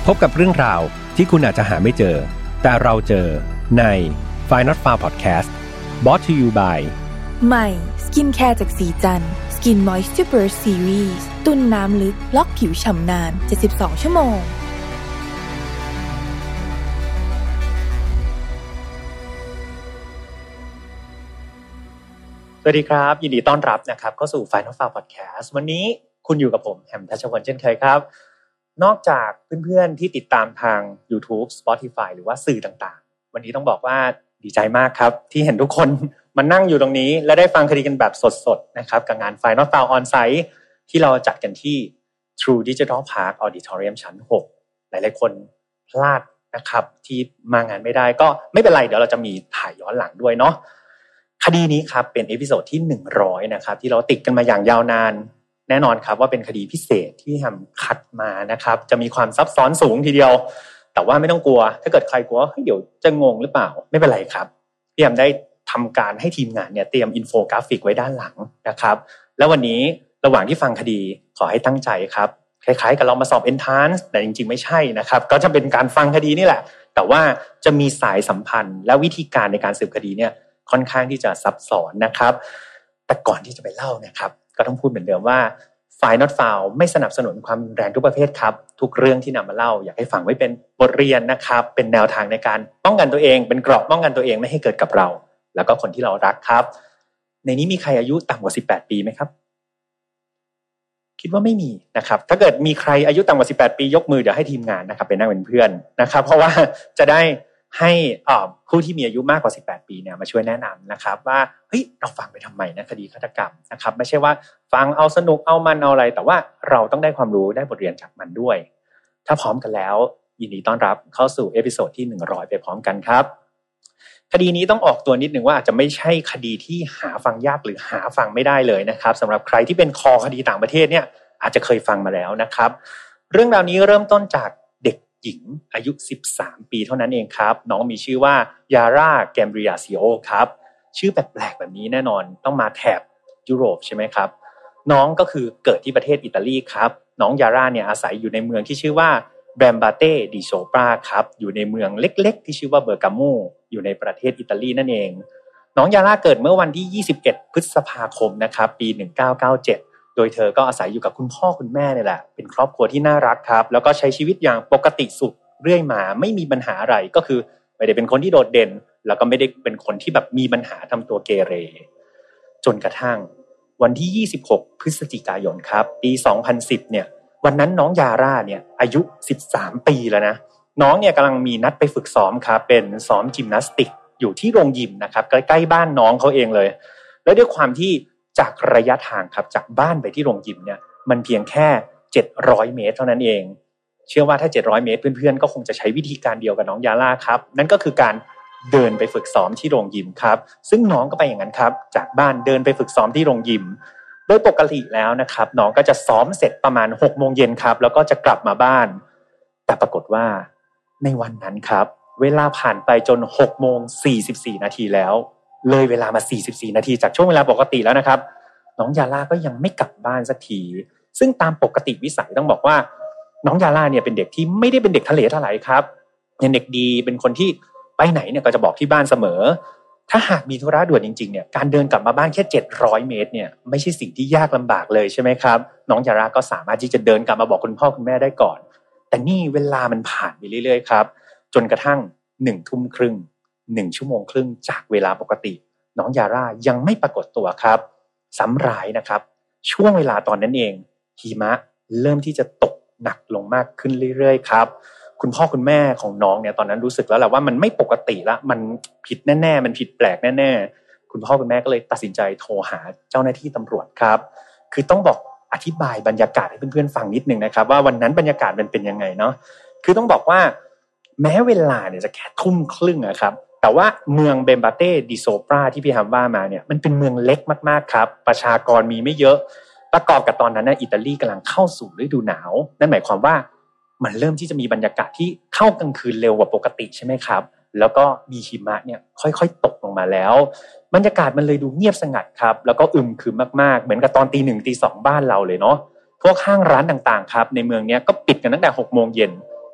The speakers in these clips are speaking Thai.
พบกับเรื่องราวที่คุณอาจจะหาไม่เจอแต่เราเจอใน Find Not Found Podcast Brought to you by ใหม่สกินแคร์จากสีจันทร์ Skin Moisture Burst Series ตุ้นน้ำลึกล็อกผิวฉ่ำนาน72ชั่วโมงสวัสดีครับยินดีต้อนรับนะครับเข้าสู่ Find Not Found Podcast วันนี้คุณอยู่กับผมแฮมทัชพลเช่นเคยครับนอกจากเพื่อนๆที่ติดตามทาง YouTube Spotify หรือว่าสื่อต่างๆวันนี้ต้องบอกว่าดีใจมากครับที่เห็นทุกคนมานั่งอยู่ตรงนี้และได้ฟังคดีกันแบบสดๆนะครับกับงาน Find Not Found On Site ที่เราจัดกันที่ True Digital Park Auditorium ชั้น 6 หลายๆคนพลาดนะครับที่มางานไม่ได้ก็ไม่เป็นไรเดี๋ยวเราจะมีถ่ายย้อนหลังด้วยเนาะคดีนี้ครับเป็นเอพิโซดที่100นะครับที่เราติดกันมาอย่างยาวนานแน่นอนครับว่าเป็นคดีพิเศษที่ทำคัดมานะครับจะมีความซับซ้อนสูงทีเดียวแต่ว่าไม่ต้องกลัวถ้าเกิดใครกลัวเฮ้ยเดี๋ยวจะงงหรือเปล่าไม่เป็นไรครับพี่แอมได้ทำการให้ทีมงานเนี่ยเตรียมอินโฟกราฟิกไว้ด้านหลังนะครับแล้ววันนี้ระหว่างที่ฟังคดีขอให้ตั้งใจครับคล้ายๆกับเรามาสอบ Entrance แต่จริงๆไม่ใช่นะครับก็จะเป็นการฟังคดีนี่แหละแต่ว่าจะมีสายสัมพันธ์และวิธีการในการสืบคดีเนี่ยค่อนข้างที่จะซับซ้อนนะครับแต่ก่อนที่จะไปเล่านะครับก็ต้องพูดเหมือนเดิมว่า Find Not Found ไม่สนับสนุนความรุนแรงทุกประเภทครับทุกเรื่องที่นำมาเล่าอยากให้ฟังไว้เป็นบทเรียนนะครับเป็นแนวทางในการป้องกันตัวเองเป็นเกราะป้องกันตัวเองไม่ให้เกิดกับเราแล้วก็คนที่เรารักครับในนี้มีใครอายุต่ำกว่า18ปีไหมครับคิดว่าไม่มีนะครับถ้าเกิดมีใครอายุต่ำกว่า18ปียกมือเดี๋ยวให้ทีมงานนะครับไปนั่งเป็นเพื่อนนะครับเพราะว่าจะได้ให้ผู้ที่มีอายุมากกว่า18ปีเนี่ยมาช่วยแนะนำนะครับว่าเฮ้ยเราฟังไปทำไมนะคดีฆาตกรรมนะครับไม่ใช่ว่าฟังเอาสนุกเอามันเอาอะไรแต่ว่าเราต้องได้ความรู้ได้บทเรียนจากมันด้วยถ้าพร้อมกันแล้วยินดีต้อนรับเข้าสู่เอพิโซดที่100ไปพร้อมกันครับคดีนี้ต้องออกตัวนิดนึงว่าอาจจะไม่ใช่คดีที่หาฟังยากหรือหาฟังไม่ได้เลยนะครับสำหรับใครที่เป็นคอคดีต่างประเทศเนี่ยอาจจะเคยฟังมาแล้วนะครับเรื่องราวนี้เริ่มต้นจากหญิงอายุ13ปีเท่านั้นเองครับน้องมีชื่อว่ายาร่าแกมเบรียซิโอครับชื่อแปลกๆแบบนี้แน่นอนต้องมาแถบยุโรปใช่ไหมครับน้องก็คือเกิดที่ประเทศอิตาลีครับน้องยาร่าเนี่ยอาศัยอยู่ในเมืองที่ชื่อว่าแบรมบาเต้ดิโซปราครับอยู่ในเมืองเล็กๆที่ชื่อว่าเบอร์กาโมอยู่ในประเทศอิตาลีนั่นเองน้องยาร่าเกิดเมื่อวันที่21พฤษภาคมนะครับปี1997โดยเธอก็อาศัยอยู่กับคุณพ่อคุณแม่นี่แหละเป็นครอบครัวที่น่ารักครับแล้วก็ใช้ชีวิตอย่างปกติสุขเรื่อยมาไม่มีปัญหาอะไรก็คือไม่ได้เป็นคนที่โดดเด่นแล้วก็ไม่ได้เป็นคนที่แบบมีปัญหาทำตัวเกเรจนกระทั่งวันที่26พฤศจิกายนครับปี2010เนี่ยวันนั้นน้องยาร่าเนี่ยอายุ13ปีแล้วนะน้องเนี่ยกำลังมีนัดไปฝึกซ้อมครับเป็นซ้อมยิมนาสติกอยู่ที่โรงยิมนะครับใกล้ๆบ้านน้องเขาเองเลยแล้วด้วยความที่จากระยะทางครับจากบ้านไปที่โรงยิมเนี่ยมันเพียงแค่700เมตรเท่านั้นเองเชื่อว่าถ้า700เมตรเพื่อนๆก็คงจะใช้วิธีการเดียวกับน้องยาล่าครับนั่นก็คือการเดินไปฝึกซ้อมที่โรงยิมครับซึ่งน้องก็ไปอย่างนั้นครับจากบ้านเดินไปฝึกซ้อมที่โรงยิมโดยปกติแล้วนะครับน้องก็จะซ้อมเสร็จประมาณ 18:00 นครับแล้วก็จะกลับมาบ้านแต่ปรากฏว่าในวันนั้นครับเวลาผ่านไปจน 18:44 นาทีแล้วเลยเวลามา44นาทีจากช่วงเวลาปกติแล้วนะครับน้องยาล่าก็ยังไม่กลับบ้านสักทีซึ่งตามปกติวิสัยต้องบอกว่าน้องยาล่าเนี่ยเป็นเด็กที่ไม่ได้เป็นเด็กทะเลทลายครับเป็นเด็กดีเป็นคนที่ไปไหนเนี่ยก็จะบอกที่บ้านเสมอถ้าหากมีธุระด่วนจริงๆเนี่ยการเดินกลับมาบ้านแค่700เมตรเนี่ยไม่ใช่สิ่งที่ยากลำบากเลยใช่ไหมครับน้องยาล่าก็สามารถที่จะเดินกลับมาบอกคุณพ่อคุณแม่ได้ก่อนแต่นี่เวลามันผ่านไปเรื่อยๆครับจนกระทั่ง 1:30 1 ชั่วโมงครึ่งจากเวลาปกติน้องยาร่ายังไม่ปรากฏตัวครับซ้ำร้ายนะครับช่วงเวลาตอนนั้นเองหิมะเริ่มที่จะตกหนักลงมากขึ้นเรื่อยๆครับคุณพ่อคุณแม่ของน้องเนี่ยตอนนั้นรู้สึกแล้วแหละว่ามันไม่ปกติละมันผิดแน่ๆมันผิดแปลกแน่ๆคุณพ่อคุณแม่ก็เลยตัดสินใจโทรหาเจ้าหน้าที่ตำรวจครับคือต้องบอกอธิบายบรรยากาศให้เพื่อนๆฟังนิดนึงนะครับว่าวันนั้นบรรยากาศมันเป็นยังไงเนาะคือต้องบอกว่าแม้เวลาเนี่ยจะแค่ 20:30 อะครับแต่ว่าเมืองเบมบาเต้ดิโซปราที่พี่ฮัมว่ามาเนี่ยมันเป็นเมืองเล็กมากๆครับประชากรมีไม่เยอะประกอบกับตอนนั้นนะอิตาลีกำลังเข้าสู่ฤดูหนาวนั่นหมายความว่ามันเริ่มที่จะมีบรรยากาศที่เข้ากลางคืนเร็วกว่าปกติใช่ไหมครับแล้วก็มีหิมะเนี่ยค่อยๆตกลงมาแล้วบรรยากาศมันเลยดูเงียบสงัดครับแล้วก็อึมครึมมากๆเหมือนกับตอน 1:00 น 2:00 นบ้านเราเลยเนาะพวกห้างร้านต่างๆครับในเมืองเนี้ยก็ปิดกันตั้งแต่ 18:00 น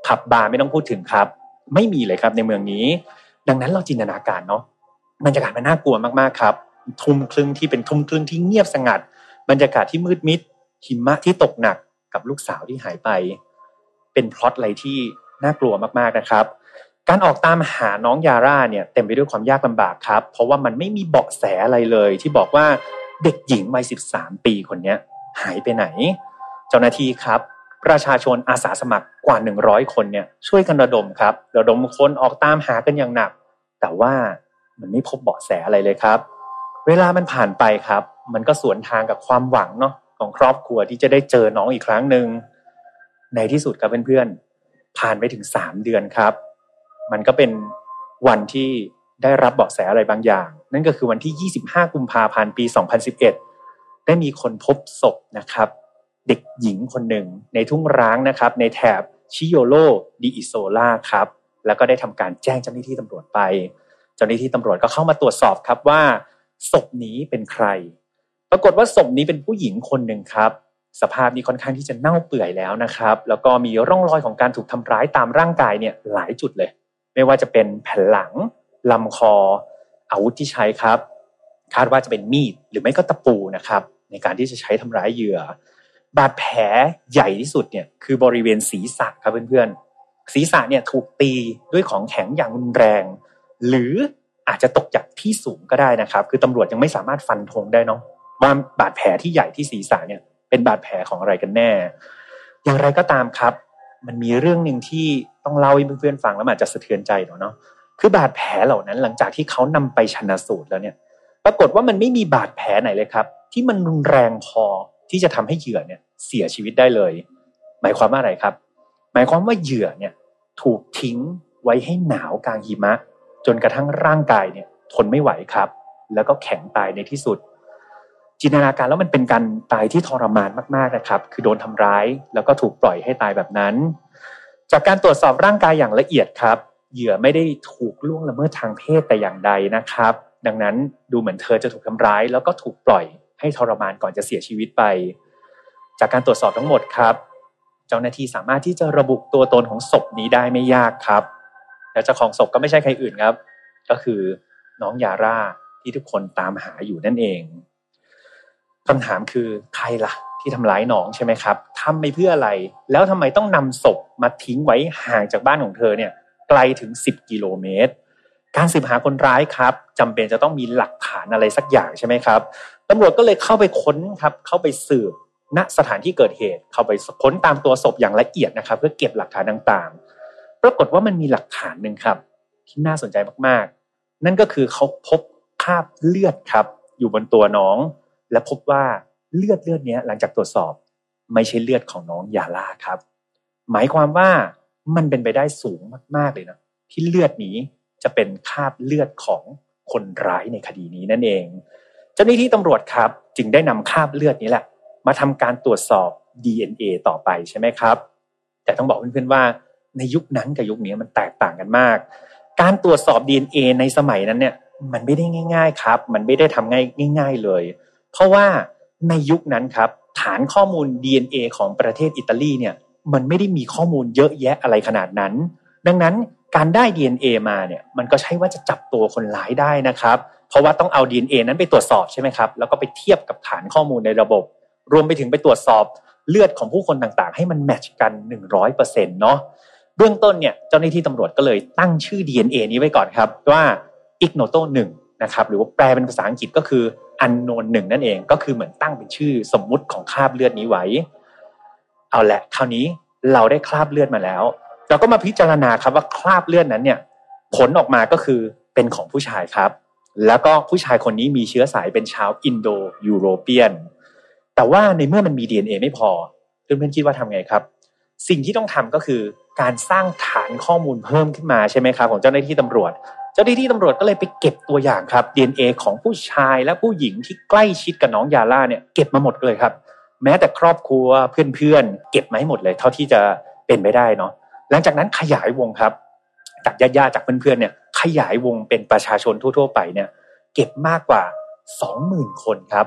ผับบาร์ไม่ต้องพูดถึงครับไม่มีเลยครับในเมืองนี้ดังนั้นเราจินตนาการเนาะบรรยากาศมันน่ากลัวมากๆครับทุ่มครึ่งที่เป็นทุ่มครึ่งที่เงียบสงัดบรรยากาศที่มืดมิดหิมะที่ตกหนักกับลูกสาวที่หายไปเป็นพล็อตอะไรที่น่ากลัวมากๆนะครับการออกตามหาน้องยาร่าเนี่ยเต็มไปด้วยความยากลำบากครับเพราะว่ามันไม่มีเบาะแสอะไรเลยที่บอกว่าเด็กหญิงวัย13 ปีคนนี้หายไปไหนเจ้าหน้าที่ครับประชาชนอาสาสมัครกว่า100คนเนี่ยช่วยกันระดมครับระดมคนออกตามหากันอย่างหนักแต่ว่ามันไม่พบเบาะแสอะไรเลยครับเวลามันผ่านไปครับมันก็สวนทางกับความหวังเนาะของครอบครัวที่จะได้เจอน้องอีกครั้งนึงในที่สุดครับเพื่อนๆผ่านไปถึง3 เดือนครับมันก็เป็นวันที่ได้รับเบาะแสอะไรบางอย่างนั่นก็คือวันที่25 กุมภาพันธ์ปี 2011ได้มีคนพบศพนะครับเด็กหญิงคนหนึ่งในทุ่งร้างนะครับในแถบชิโยโลดิอิโซลาครับแล้วก็ได้ทำการแจ้งเจ้าหน้าที่ตำรวจไปเจ้าหน้าที่ตำรวจก็เข้ามาตรวจสอบครับว่าศพนี้เป็นใครปรากฏว่าศพนี้เป็นผู้หญิงคนหนึ่งครับสภาพนี้ค่อนข้างที่จะเน่าเปื่อยแล้วนะครับแล้วก็มีร่องรอยของการถูกทำร้ายตามร่างกายเนี่ยหลายจุดเลยไม่ว่าจะเป็นแผ่นหลังลำคออาวุธที่ใช้ครับคาดว่าจะเป็นมีดหรือไม่ก็ตะปูนะครับในการที่จะใช้ทำร้ายเหยื่อบาดแผลใหญ่ที่สุดเนี่ยคือบริเวณศีรษะครับเพื่อนๆศีรษะเนี่ยถูกตีด้วยของแข็งอย่างรุนแรงหรืออาจจะตกจากที่สูงก็ได้นะครับคือตำรวจยังไม่สามารถฟันธงได้เนาะว่าบาดแผลที่ใหญ่ที่ศีรษะเนี่ยเป็นบาดแผลของอะไรกันแน่อย่างไรก็ตามครับมันมีเรื่องนึงที่ต้องเล่าให้เพื่อนๆฟังแล้วอาจจะสะเทือนใจเนาะคือบาดแผลเหล่านั้นหลังจากที่เขานำไปชันสูตรแล้วเนี่ยปรากฏว่ามันไม่มีบาดแผลไหนเลยครับที่มันรุนแรงพอที่จะทำให้เหยื่อเนี่ยเสียชีวิตได้เลยหมายความว่าอะไรครับหมายความว่าเหยื่อเนี่ยถูกทิ้งไว้ให้หนาวกลางหิมะจนกระทั่งร่างกายเนี่ยทนไม่ไหวครับแล้วก็แข็งตายในที่สุดจินตนาการแล้วมันเป็นการตายที่ทรมานมากๆนะครับคือโดนทำร้ายแล้วก็ถูกปล่อยให้ตายแบบนั้นจากการตรวจสอบร่างกายอย่างละเอียดครับเหยื่อไม่ได้ถูกล่วงละเมิดทางเพศแต่อย่างใดนะครับดังนั้นดูเหมือนเธอจะถูกทำร้ายแล้วก็ถูกปล่อยให้ทรมานก่อนจะเสียชีวิตไปจากการตรวจสอบทั้งหมดครับเจ้าหน้าที่สามารถที่จะระบุตัวตนของศพนี้ได้ไม่ยากครับและเจ้าของศพก็ไม่ใช่ใครอื่นครับก็คือน้องยาร่าที่ทุกคนตามหาอยู่นั่นเองคำถามคือใครล่ะที่ทำร้ายน้องใช่ไหมครับทำไปเพื่ออะไรแล้วทำไมต้องนำศพมาทิ้งไว้ห่างจากบ้านของเธอเนี่ยไกลถึง10 กิโลเมตรการสืบหาคนร้ายครับจำเป็นจะต้องมีหลักฐานอะไรสักอย่างใช่ไหมครับตำรวจก็เลยเข้าไปค้นครับเข้าไปสืบณสถานที่เกิดเหตุเข้าไปค้นตามตัวศพอย่างละเอียดนะครับเพื่อเก็บหลักฐานต่างๆปรากฏว่ามันมีหลักฐานนึงครับที่น่าสนใจมากๆนั่นก็คือเขาพบคราบเลือดครับอยู่บนตัวน้องและพบว่าเลือดนี้หลังจากตรวจสอบไม่ใช่เลือดของน้องยาล่าครับหมายความว่ามันเป็นไปได้สูงมากๆเลยนะที่เลือดนี้จะเป็นคราบเลือดของคนร้ายในคดีนี้นั่นเองเจ้าหน้าที่ตำรวจครับจึงได้นำคราบเลือดนี้แหละมาทำการตรวจสอบ DNA ต่อไปใช่ไหมครับแต่ต้องบอกเพื่อนๆว่าในยุคนั้นกับยุคนี้มันแตกต่างกันมากการตรวจสอบ DNA ในสมัยนั้นเนี่ยมันไม่ได้ง่ายๆครับมันไม่ได้ทำง่ายๆเลยเพราะว่าในยุคนั้นครับฐานข้อมูล DNA ของประเทศอิตาลีเนี่ยมันไม่ได้มีข้อมูลเยอะแยะอะไรขนาดนั้นดังนั้นการได้ DNA มาเนี่ยมันก็ใช่ว่าจะจับตัวคนร้ายได้นะครับเพราะว่าต้องเอา DNA นั้นไปตรวจสอบใช่ไหมครับแล้วก็ไปเทียบกับฐานข้อมูลในระบบรวมไปถึงไปตรวจสอบเลือดของผู้คนต่างๆให้มันแมทช์กัน 100% เนาะเบื้องต้นเนี่ยเจ้าหน้าที่ตำรวจก็เลยตั้งชื่อ DNA นี้ไว้ก่อนครับว่า Ignoto 1นะครับหรือว่าแปลเป็นภาษาอังกฤษก็คือunknown 1นั่นเองก็คือเหมือนตั้งเป็นชื่อสมมุติของคราบเลือดนี้ไว้เอาแหละคราวนี้เราได้คราบเลือดมาแล้วเราก็มาพิจารณาครับว่าคราบเลือดนั้นเนี่ยผลออกมาก็คือเป็นของผู้ชายครับแล้วก็ผู้ชายคนนี้มีเชื้อสายเป็นชาวอินโดยูโรเปียนแต่ว่าในเมื่อมันมี DNA ไม่พอเพื่อนๆคิดว่าทำไงครับสิ่งที่ต้องทำก็คือการสร้างฐานข้อมูลเพิ่มขึ้นมาใช่ไหมครับของเจ้าหน้าที่ตำรวจก็เลยไปเก็บตัวอย่างครับ DNA ของผู้ชายและผู้หญิงที่ใกล้ชิดกับน้องยาล่าเนี่ยเก็บมาหมดเลยครับแม้แต่ครอบครัวเพื่อนๆเก็บมาให้หมดเลยเท่าที่จะเป็นไปได้เนาะหลังจากนั้นขยายวงครับจากญาติๆจากเพื่อนๆเนี่ยขยายวงเป็นประชาชนทั่วๆไปเนี่ยเก็บมากกว่า 20,000 คนครับ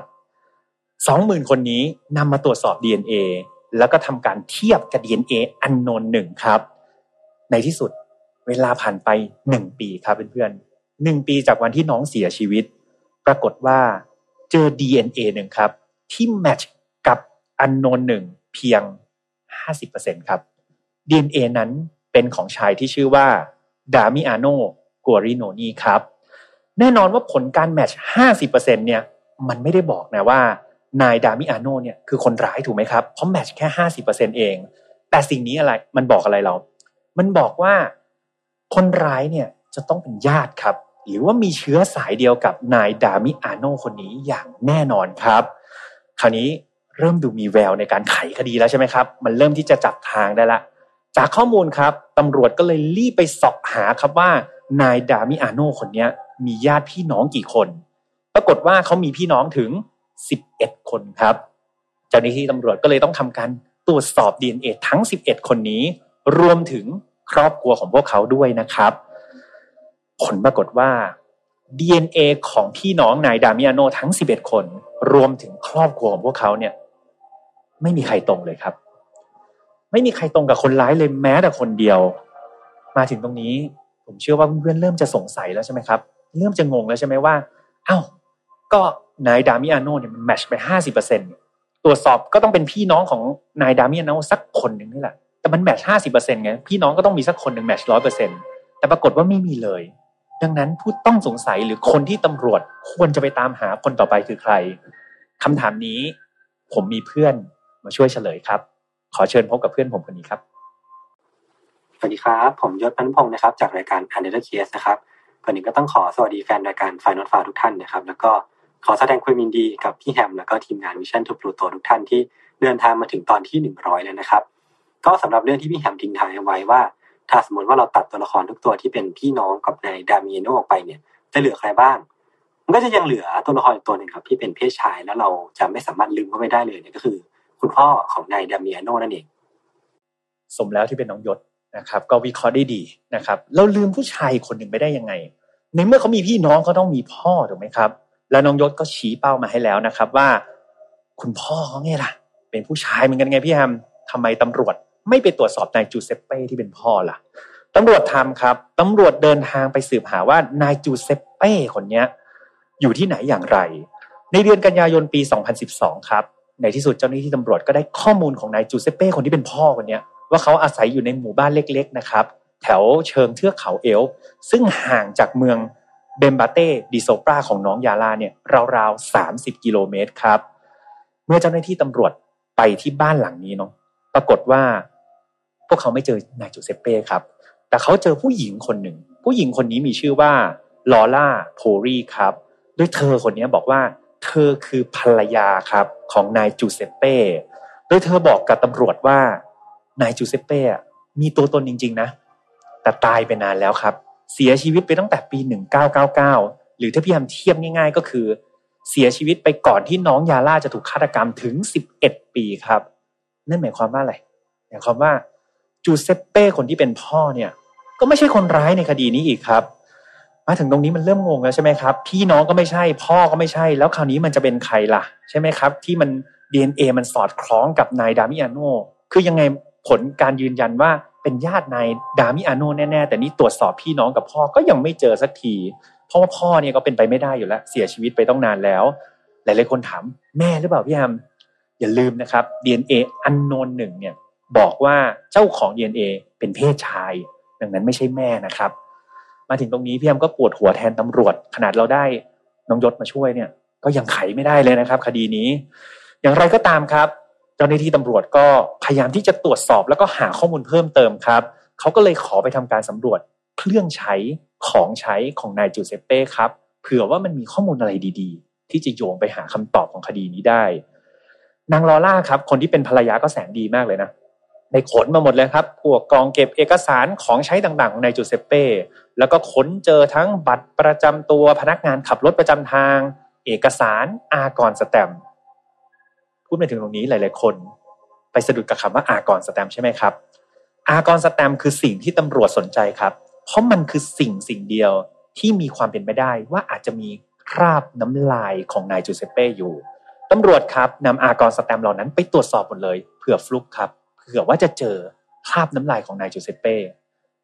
20,000 คนนี้นำมาตรวจสอบ DNA แล้วก็ทำการเทียบกับ DNA unknown 1ครับในที่สุดเวลาผ่านไป1 ปีครับเพื่อนๆ1 ปีจากวันที่น้องเสียชีวิตปรากฏว่าเจอ DNA หนึ่งครับที่แมทช์กับอันโนนหนึ่งเพียง 50% ครับ DNA นั้นเป็นของชายที่ชื่อว่าดามิอาโนกัวริโนนีครับแน่นอนว่าผลการแมทช์ 50% เนี่ยมันไม่ได้บอกนะว่านายดามิอาโนเนี่ยคือคนร้ายถูกไหมครับเพราะแมทช์แค่ 50% เองแต่สิ่งนี้อะไรมันบอกอะไรเรามันบอกว่าคนร้ายเนี่ยจะต้องเป็นญาติครับหรือว่ามีเชื้อสายเดียวกับนายดามิอาโนคนนี้อย่างแน่นอนครับคราวนี้เริ่มดูมีแววในการไขคดีแล้วใช่ไหมครับมันเริ่มที่จะจับทางได้ละจากข้อมูลครับตำรวจก็เลยรีบไปสอบหาครับว่านายดามิอาโนคนนี้มีญาติพี่น้องกี่คนปรากฏว่าเขามีพี่น้องถึง11 คนครับเจ้าหน้าที่ตำรวจก็เลยต้องทำการตรวจสอบ DNA ทั้ง11 คนนี้รวมถึงครอบครัวของพวกเขาด้วยนะครับผลปรากฏว่า DNA ของพี่น้องนายดามิอาโนทั้ง11 คนรวมถึงครอบครัวของพวกเขาเนี่ยไม่มีใครตรงเลยครับไม่มีใครตรงกับคนร้ายเลยแม้แต่คนเดียวมาถึงตรงนี้ผมเชื่อว่าเพื่อนๆเริ่มจะสงสัยแล้วใช่ไหมครับเริ่มจะงงแล้วใช่ไหมว่าอ้าวก็นายดามิอาโนเนี่ยมันแมทช์ไป 50% ตรวจสอบก็ต้องเป็นพี่น้องของนายดามิอาโนสักคนหนึ่งนี่แหละแต่มันแมทช์ 50% ไงพี่น้องก็ต้องมีสักคนหนึ่งแมทช์ 100% แต่ปรากฏว่าไม่มีเลยดังนั้นผู้ต้องสงสัยหรือคนที่ตำรวจควรจะไปตามหาคนต่อไปคือใครคำถามนี้ผมมีเพื่อนมาช่วยเฉลยครับขอเชิญพบกับเพื่อนผมคนนี้ครับสวัสดีครับผมยศ พานุพงศ์นะครับจากรายการ Under Case นะครับก่อนอื่นก็ต้องขอสวัสดีแฟนรายการ Final File ทุกท่านนะครับแล้วก็ขอแสดงความยินดีกับพี่แฮมแล้วก็ทีมงาน Mission to Pluto ทุกท่านที่เดินทางมาถึงตอนที่100แล้วนะครับก็สำหรับเรื่องที่พี่แฮมทิ้งท้ายเอาไว้ว่าถ้าสมมติว่าเราตัดตัวละครทุกตัวที่เป็นพี่น้องกับนายดามิอาโนออกไปเนี่ยจะเหลือใครบ้างมันก็จะยังเหลือตัวละครอีกตัวนึงครับที่เป็นเพศชายแล้วเราจะไม่สามารถลืมเขาไปได้เลยเนี่ยก็คือคุณพ่อของนายดามิอาโนนั่นเองสมแล้วที่เป็นน้องยศนะครับก็วิเคราะห์ได้ดีนะครับเราลืมผู้ชายคนหนึ่งไปได้ยังไงในเมื่อเขามีพี่น้องเขาต้องมีพ่อถูกไหมครับแล้วน้องยศก็ชี้เป้ามาให้แล้วนะครับว่าคุณพ่อเขาไงล่ะเป็นผู้ชายเหมือนกันไงพี่แฮมทำไมตำรวจไม่ไปตรวจสอบนายจูเซปเป้ที่เป็นพ่อล่ะตำรวจทำครับตำรวจเดินทางไปสืบหาว่านายจูเซปเป้คนนี้อยู่ที่ไหนอย่างไรในเดือนกันยายนปี2012ครับในที่สุดเจ้าหน้าที่ตำรวจก็ได้ข้อมูลของนายจูเซปเป้คนที่เป็นพ่อคนนี้ว่าเขาอาศัยอยู่ในหมู่บ้านเล็กๆนะครับแถวเชิงเทือกเขาเอลป์ซึ่งห่างจากเมืองเบมบาเต้ดิโซปราของน้องยาลาเนี่ยราวๆ30 กิโลเมตรครับเมื่อเจ้าหน้าที่ตำรวจไปที่บ้านหลังนี้เนาะปรากฏว่าพวกเขาไม่เจอนายจูเซปเป้ครับแต่เขาเจอผู้หญิงคนหนึ่งผู้หญิงคนนี้มีชื่อว่าลอร่าโพรีครับโดยเธอคนนี้บอกว่าเธอคือภรรยาครับของนายจูเซปเป้โดยเธอบอกกับตำรวจว่านายจูเซปเป้มีตัวตนจริงๆนะแต่ตายไปนานแล้วครับเสียชีวิตไปตั้งแต่ปี1999หรือถ้าพี่แฮมเทียบง่ายๆก็คือเสียชีวิตไปก่อนที่น้องยาล่าจะถูกฆาตกรรมถึง11 ปีครับนั่นหมายความว่าอะไรหมายความว่าจูเซปเป้คนที่เป็นพ่อเนี่ยก็ไม่ใช่คนร้ายในคดีนี้อีกครับมาถึงตรงนี้มันเริ่มงงแล้วใช่ไหมครับพี่น้องก็ไม่ใช่พ่อก็ไม่ใช่แล้วคราวนี้มันจะเป็นใครล่ะใช่ไหมครับที่มัน DNA มันสอดคล้องกับนายดามิอาโนคือยังไงผลการยืนยันว่าเป็นญาตินายดามิอาโนแน่ๆแต่นี่ตรวจสอบพี่น้องกับพ่อก็ยังไม่เจอสักทีเพราะว่าพ่อเนี่ยก็เป็นไปไม่ได้อยู่แล้วเสียชีวิตไปต้องนานแล้วหลายๆคนถามแม่หรือเปล่าพี่แฮมอย่าลืมนะครับ DNA อันโนนหนึ่งเนี่ยบอกว่าเจ้าของ DNA เป็นเพศชายดังนั้นไม่ใช่แม่นะครับมาถึงตรงนี้พี่แฮมก็ปวดหัวแทนตำรวจขนาดเราได้น้องยศมาช่วยเนี่ยก็ยังไขไม่ได้เลยนะครับคดีนี้อย่างไรก็ตามครับเจ้าหน้าที่ตำรวจก็พยายามที่จะตรวจสอบแล้วก็หาข้อมูลเพิ่มเติมครับเขาก็เลยขอไปทำการสำรวจเครื่องใช้ของใช้ของนายจูเซปเป้ครับเผื่อว่ามันมีข้อมูลอะไรดีๆที่จะโยงไปหาคำตอบของคดีนี้ได้นางลอร่าครับคนที่เป็นภรรยาก็แสนดีมากเลยนะได้ขนมาหมดเลยครับพวกกองเก็บเอกสารของใช้ต่างๆของนายจูเซปเป้แล้วก็ค้นเจอทั้งบัตรประจำตัวพนักงานขับรถประจำทางเอกสารอากรสแตมป์พูดไปถึงตรงนี้หลายๆคนไปสะดุดกับคำว่าอากรสแตมป์ใช่ไหมครับอากรสแตมป์คือสิ่งที่ตำรวจสนใจครับเพราะมันคือสิ่งเดียวที่มีความเป็นไปได้ว่าอาจจะมีคราบน้ำลายของนายจูเซปเป้อยู่ตำรวจครับนำอากรสแตมป์เหล่านั้นไปตรวจสอบหมดเลยเผื่อฟลุกครับเผื่อว่าจะเจอคราบน้ำลายของนายจูเซปเป้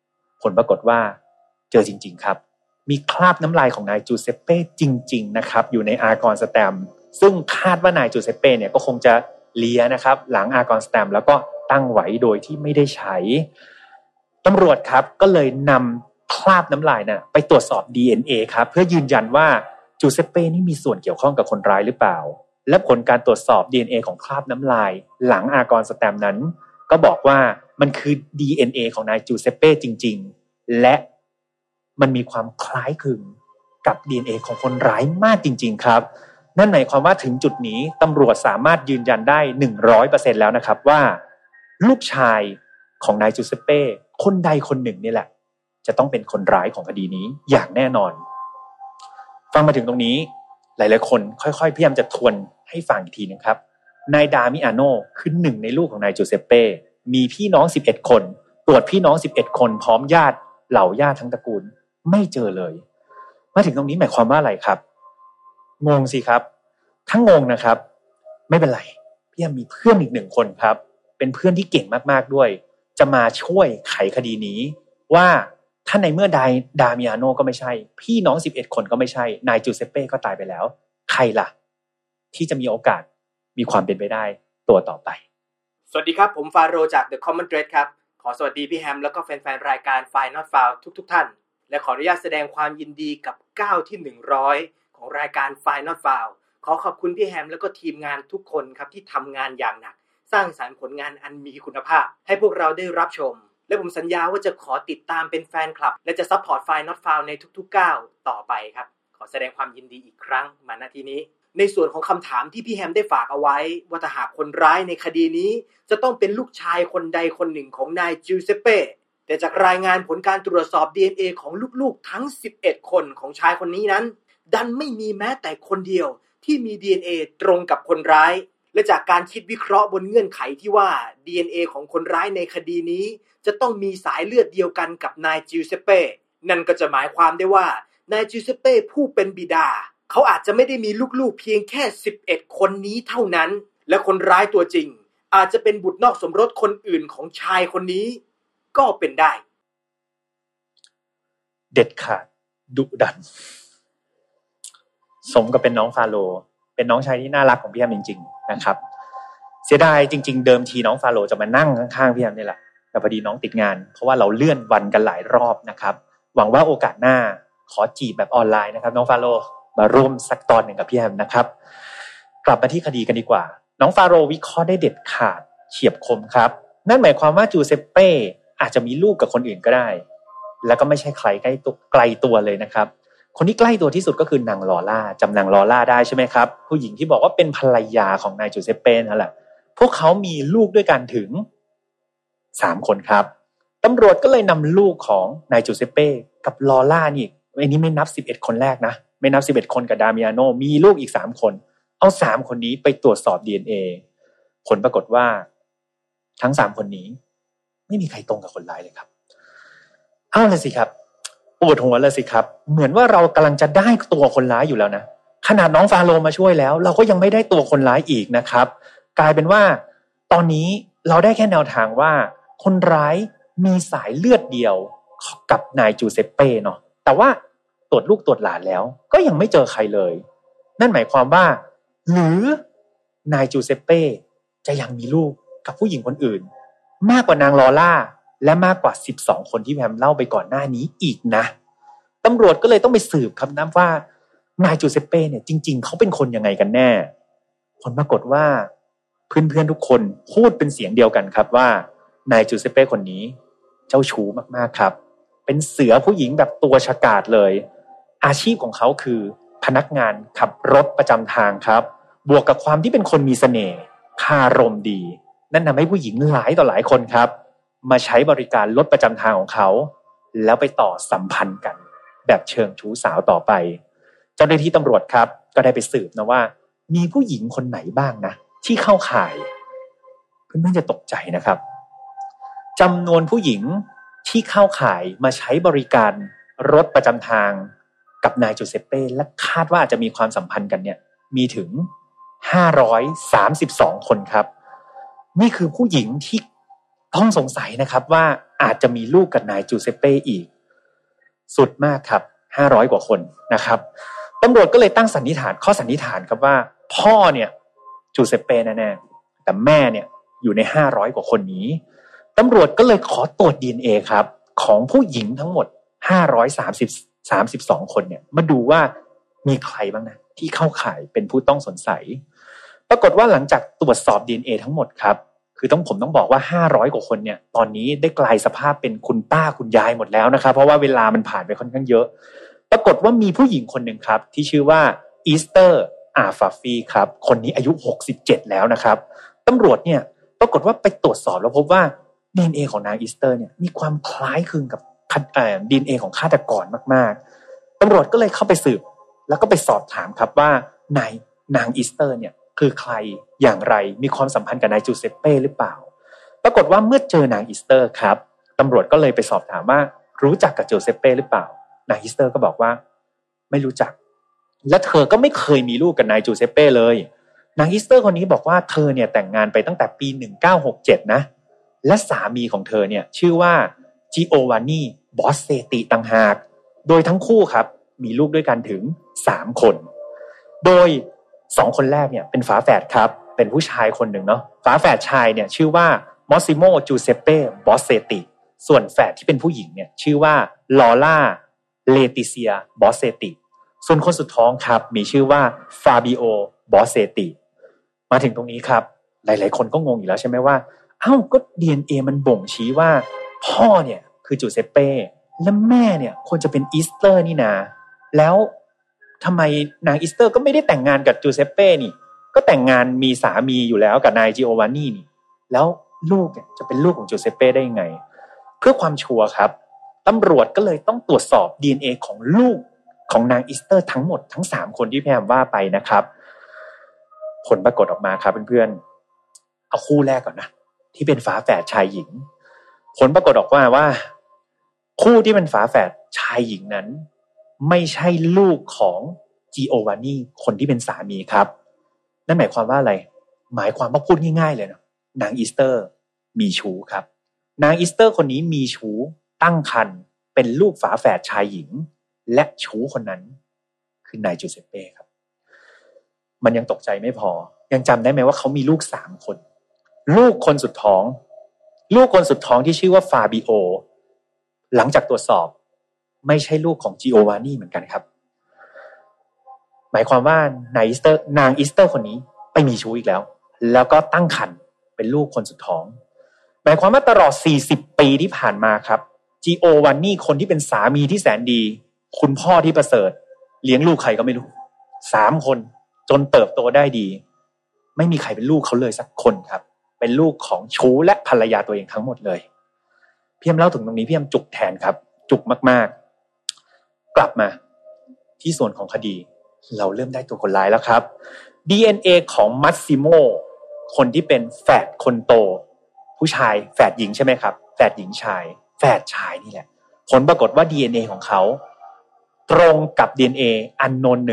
ผลปรากฏว่าเจอจริงๆครับมีคราบน้ำลายของนายจูเซปเป้จริงๆนะครับอยู่ในอาร์กอนสแตมป์ซึ่งคาดว่านายจูเซปเป้เนี่ยก็คงจะเลียนะครับหลังอาร์กอนสแตมป์แล้วก็ตั้งไว้โดยที่ไม่ได้ใช้ตำรวจครับก็เลยนำคราบน้ำลายน่ะไปตรวจสอบ DNA ครับเพื่อยืนยันว่าจูเซปเป้นี่มีส่วนเกี่ยวข้องกับคนร้ายหรือเปล่าและผลการตรวจสอบ DNA ของคราบน้ำลายหลังอาร์กอนสแตมป์นั้นก็บอกว่ามันคือ DNA ของนายจูเซปเป้จริงๆและมันมีความคล้ายคลึงกับ DNA ของคนร้ายมากจริงๆครับนั่นหมายความว่าถึงจุดนี้ตำรวจสามารถยืนยันได้ 100% แล้วนะครับว่าลูกชายของนายจูเซปเป้คนใดคนหนึ่งนี่แหละจะต้องเป็นคนร้ายของคดีนี้อย่างแน่นอนฟังมาถึงตรงนี้หลายๆคนค่อยๆพยายามจะทวนให้ฟังอีกทีนึงครับนายดามิอาโนคือหนึ่งในลูกของนายจูเซปเป้มีพี่น้อง11คนตรวจพี่น้อง11คนพร้อมญาติเหล่าญาติทั้งตระกูลไม่เจอเลยมาถึงตรงนี้หมายความว่าอะไรครับงงสิครับทั้งงงนะครับไม่เป็นไรพี่ยังมีเพื่อนอีก1คนครับเป็นเพื่อนที่เก่งมากๆด้วยจะมาช่วยไขคดีนี้ว่าถ้าในเมื่อดามิอาโนก็ไม่ใช่พี่น้อง11คนก็ไม่ใช่นายจูเซปเป้ก็ตายไปแล้วใครล่ะที่จะมีโอกาสมีความเป็นไปได้ตัวต่อไปสวัสดีครับผมฟาโรจาก The Common Thread ครับขอสวัสดีพี่แฮมแล้วก็แฟนๆรายการ File Not Found ทุกท่านและขออนุญาตแสดงความยินดีกับก้าวที่100ของรายการ File Not Found ขอขอบคุณพี่แฮมแล้วก็ทีมงานทุกคนครับที่ทำงานอย่างหนักสร้างสรรค์ผลงานอันมีคุณภาพให้พวกเราได้รับชมและผมสัญญาว่าจะขอติดตามเป็นแฟนคลับและจะซัพพอร์ต File Not Found ในทุกๆก้าวต่อไปครับขอแสดงความยินดีอีกครั้งมาณที่นี้ในส่วนของคำถามที่พี่แฮมได้ฝากเอาไว้ว่าถ้าหากคนร้ายในคดีนี้จะต้องเป็นลูกชายคนใดคนหนึ่งของนายจูเซปเป้แต่จากรายงานผลการตรวจสอบ DNA ของลูกๆทั้ง11คนของชายคนนี้นั้นดันไม่มีแม้แต่คนเดียวที่มี DNA ตรงกับคนร้ายและจากการคิดวิเคราะห์บนเงื่อนไขที่ว่า DNA ของคนร้ายในคดีนี้จะต้องมีสายเลือดเดียวกันกับนายจูเซปเป้นั่นก็จะหมายความได้ว่านายจูเซปเป้ผู้เป็นบิดาเขาอาจจะไม่ได้มีลูกๆเพียงแค่11คนนี้เท่านั้นและคนร้ายตัวจริงอาจจะเป็นบุตรนอกสมรสคนอื่นของชายคนนี้ก็เป็นได้เด็ดขาดดุดันสมกับเป็นน้องฟาโรเป็นน้องชายที่น่ารักของพี่แฮมจริงๆนะครับเสียดายจริงๆเดิมทีน้องฟาโรจะมานั่งข้างๆพี่แฮมนี่แหละแต่พอดีน้องติดงานเพราะว่าเราเลื่อนวันกันหลายรอบนะครับหวังว่าโอกาสหน้าขอจีบแบบออนไลน์นะครับน้องฟาโรมาร่วมสักตอนหนึ่งกับพี่แฮมนะครับกลับมาที่คดีกันดีกว่าน้องฟาโรวิเคราะห์ได้เด็ดขาดเฉียบคมครับนั่นหมายความว่าจูเซปเป้อาจจะมีลูกกับคนอื่นก็ได้แล้วก็ไม่ใช่ใครไกลตัวเลยนะครับคนที่ใกล้ตัวที่สุดก็คือนางลอล่าจำนางลอล่าได้ใช่ไหมครับผู้หญิงที่บอกว่าเป็นภรรยาของนายจูเซปเป้นั่นแหละพวกเขามีลูกด้วยกันถึง3คนครับตำรวจก็เลยนำลูกของนายจูเซปเป้กับลอล่านี่อันนี้ไม่นับ11คนแรกนะไม่นับ11คนกับดามิอาโนมีลูกอีก3คนเอา3คนนี้ไปตรวจสอบ DNA ผลปรากฏว่าทั้ง3คนนี้ไม่มีใครตรงกับคนร้ายเลยครับเอาเลยสิครับปวดหัวเลยสิครับเหมือนว่าเรากำลังจะได้ตัวคนร้ายอยู่แล้วนะขนาดน้องฟาโรมาช่วยแล้วเราก็ยังไม่ได้ตัวคนร้ายอีกนะครับกลายเป็นว่าตอนนี้เราได้แค่แนวทางว่าคนร้ายมีสายเลือดเดียวกับนายจูเซปเป้เนาะแต่ว่าตรวจลูกตรวจหลานแล้วก็ยังไม่เจอใครเลยนั่นหมายความว่าหรือนายจูเซปเป้จะยังมีลูกกับผู้หญิงคนอื่นมากกว่านางลอล่าและมากกว่า12คนที่แพมเล่าไปก่อนหน้านี้อีกนะตำรวจก็เลยต้องไปสืบครับนะว่านายจูเซปเป้เนี่ยจริงๆเขาเป็นคนยังไงกันแน่ผลปรากฏว่าเพื่อนๆทุกคนพูดเป็นเสียงเดียวกันครับว่านายจูเซปเป้คนนี้เจ้าชู้มากๆครับเป็นเสือผู้หญิงแบบตัวฉกาจเลยอาชีพของเขาคือพนักงานขับรถประจำทางครับบวกกับความที่เป็นคนมีเสน่ห์คารมดีนั่นทำให้ผู้หญิงหลายต่อหลายคนครับมาใช้บริการรถประจำทางของเขาแล้วไปต่อสัมพันธ์กันแบบเชิงชู้สาวต่อไปเจ้าหน้าที่ตำรวจครับก็ได้ไปสืบนะว่ามีผู้หญิงคนไหนบ้างนะที่เข้าข่ายเพื่อนๆจะตกใจนะครับจำนวนผู้หญิงที่เข้าข่ายมาใช้บริการรถประจำทางกับนายจูเซปเป้และคาดว่าจะมีความสัมพันธ์กันเนี่ยมีถึง532คนครับนี่คือผู้หญิงที่ต้องสงสัยนะครับว่าอาจจะมีลูกกับนายจูเซปเป้อีกสุดมากครับ500กว่าคนนะครับตำรวจก็เลยตั้งข้อสันนิษฐานครับว่าพ่อเนี่ยจูเซปเป้แน่ๆแต่แม่เนี่ยอยู่ใน500กว่าคนนี้ตำรวจก็เลยขอตรวจ DNA ครับของผู้หญิงทั้งหมด532คนเนี่ยมาดูว่ามีใครบ้างนะที่เข้าข่ายเป็นผู้ต้องสงสัยปรากฏว่าหลังจากตรวจสอบ DNA ทั้งหมดครับคือผมต้องบอกว่า500กว่าคนเนี่ยตอนนี้ได้กลายสภาพเป็นคุณป้าคุณยายหมดแล้วนะครับเพราะว่าเวลามันผ่านไปค่อนข้างเยอะปรากฏว่ามีผู้หญิงคนหนึ่งครับที่ชื่อว่าอีสเตอร์อาฟาฟีครับคนนี้อายุ67แล้วนะครับตำรวจเนี่ยปรากฏว่าไปตรวจสอบแล้วพบว่า DNA ของนางอีสเตอร์เนี่ยมีความคล้ายคลึงกับDNA ของฆาตกรมากๆตำรวจก็เลยเข้าไปสืบแล้วก็ไปสอบถามครับว่านางอีสเตอร์เนี่ยคือใครอย่างไรมีความสัมพันธ์กับนายจูเซปเป้หรือเปล่าปรากฏว่าเมื่อเจอนางอีสเตอร์ครับตำรวจก็เลยไปสอบถามว่ารู้จักกับจูเซปเป้หรือเปล่านางอีสเตอร์ก็บอกว่าไม่รู้จักและเธอก็ไม่เคยมีลูกกับนายจูเซปเป้เลยนางอีสเตอร์คนนี้บอกว่าเธอเนี่ยแต่งงานไปตั้งแต่ปี1967นะและสามีของเธอเนี่ยชื่อว่าจิโอวานนีบอสเซติต่างหากโดยทั้งคู่ครับมีลูกด้วยกันถึง3คนโดย2คนแรกเนี่ยเป็นฝาแฝดครับเป็นผู้ชายคนหนึ่งเนาะฝาแฝดชายเนี่ยชื่อว่ามอสซิโมจูเซปเป้บอสเซติส่วนแฝดที่เป็นผู้หญิงเนี่ยชื่อว่าลอร่าเลติเซียบอสเซติส่วนคนสุดท้องครับมีชื่อว่าฟาบิโอบอสเซติมาถึงตรงนี้ครับหลายๆคนก็งงอยู่แล้วใช่ไหมว่าก็ DNA มันบ่งชี้ว่าพ่อเนี่ยคือจูเซปเป้และแม่เนี่ยควรจะเป็นอีสเตอร์นี่นาแล้วทำไมนางอีสเตอร์ก็ไม่ได้แต่งงานกับจูเซปเป้นี่ก็แต่งงานมีสามีอยู่แล้วกับนายจิโอวานนีนี่แล้วลูกเนี่ยจะเป็นลูกของจูเซปเป้ได้ยังไงเพื่อความชัวร์ครับตำรวจก็เลยต้องตรวจสอบ DNA ของลูกของนางอีสเตอร์ทั้งหมดทั้ง3คนที่พี่แอมว่าไปนะครับผลปรากฏออกมาครับเพื่อนๆเอาคู่แรกก่อนนะที่เป็นฝาแฝดชายหญิงผลปรากฏออกมาว่าคู่ที่เป็นฝาแฝดชายหญิงนั้นไม่ใช่ลูกของจิโอวานนีคนที่เป็นสามีครับนั่นหมายความว่าอะไรหมายความว่าพูดง่ายๆเลยนะนางอีสเตอร์มีชู้ครับนางอีสเตอร์คนนี้มีชู้ตั้งครรภ์เป็นลูกฝาแฝดชายหญิงและชู้คนนั้นคือนายจูเซปเป้ครับมันยังตกใจไม่พอยังจำได้ไหมว่าเขามีลูก3คนลูกคนสุดท้องที่ชื่อว่าฟาบิโอหลังจากตรวจสอบไม่ใช่ลูกของจิโอวานนีเหมือนกันครับหมายความว่านางอีสเตอร์คนนี้ไปมีชู้อีกแล้วก็ตั้งครรภ์เป็นลูกคนสุดท้องหมายความว่าตลอด40ปีที่ผ่านมาครับจิโอวานนีคนที่เป็นสามีที่แสนดีคุณพ่อที่ประเสริฐเลี้ยงลูกใครก็ไม่รู้3คนจนเติบโตได้ดีไม่มีใครเป็นลูกเขาเลยสักคนครับเป็นลูกของชู้และภรรยาตัวเองทั้งหมดเลยพี่แอมเล่าถึงตรงนี้พี่แอมจุกแทนครับจุกมากๆกลับมาที่ส่วนของคดีเราเริ่มได้ตัวคนร้ายแล้วครับ DNA ของมัสซิโมคนที่เป็นแฝดคนโตผู้ชายแฝดหญิงใช่ไหมครับแฝดหญิงชายแฝดชายนี่แหละผลปรากฏว่า DNA ของเขาตรงกับ DNA อันโนน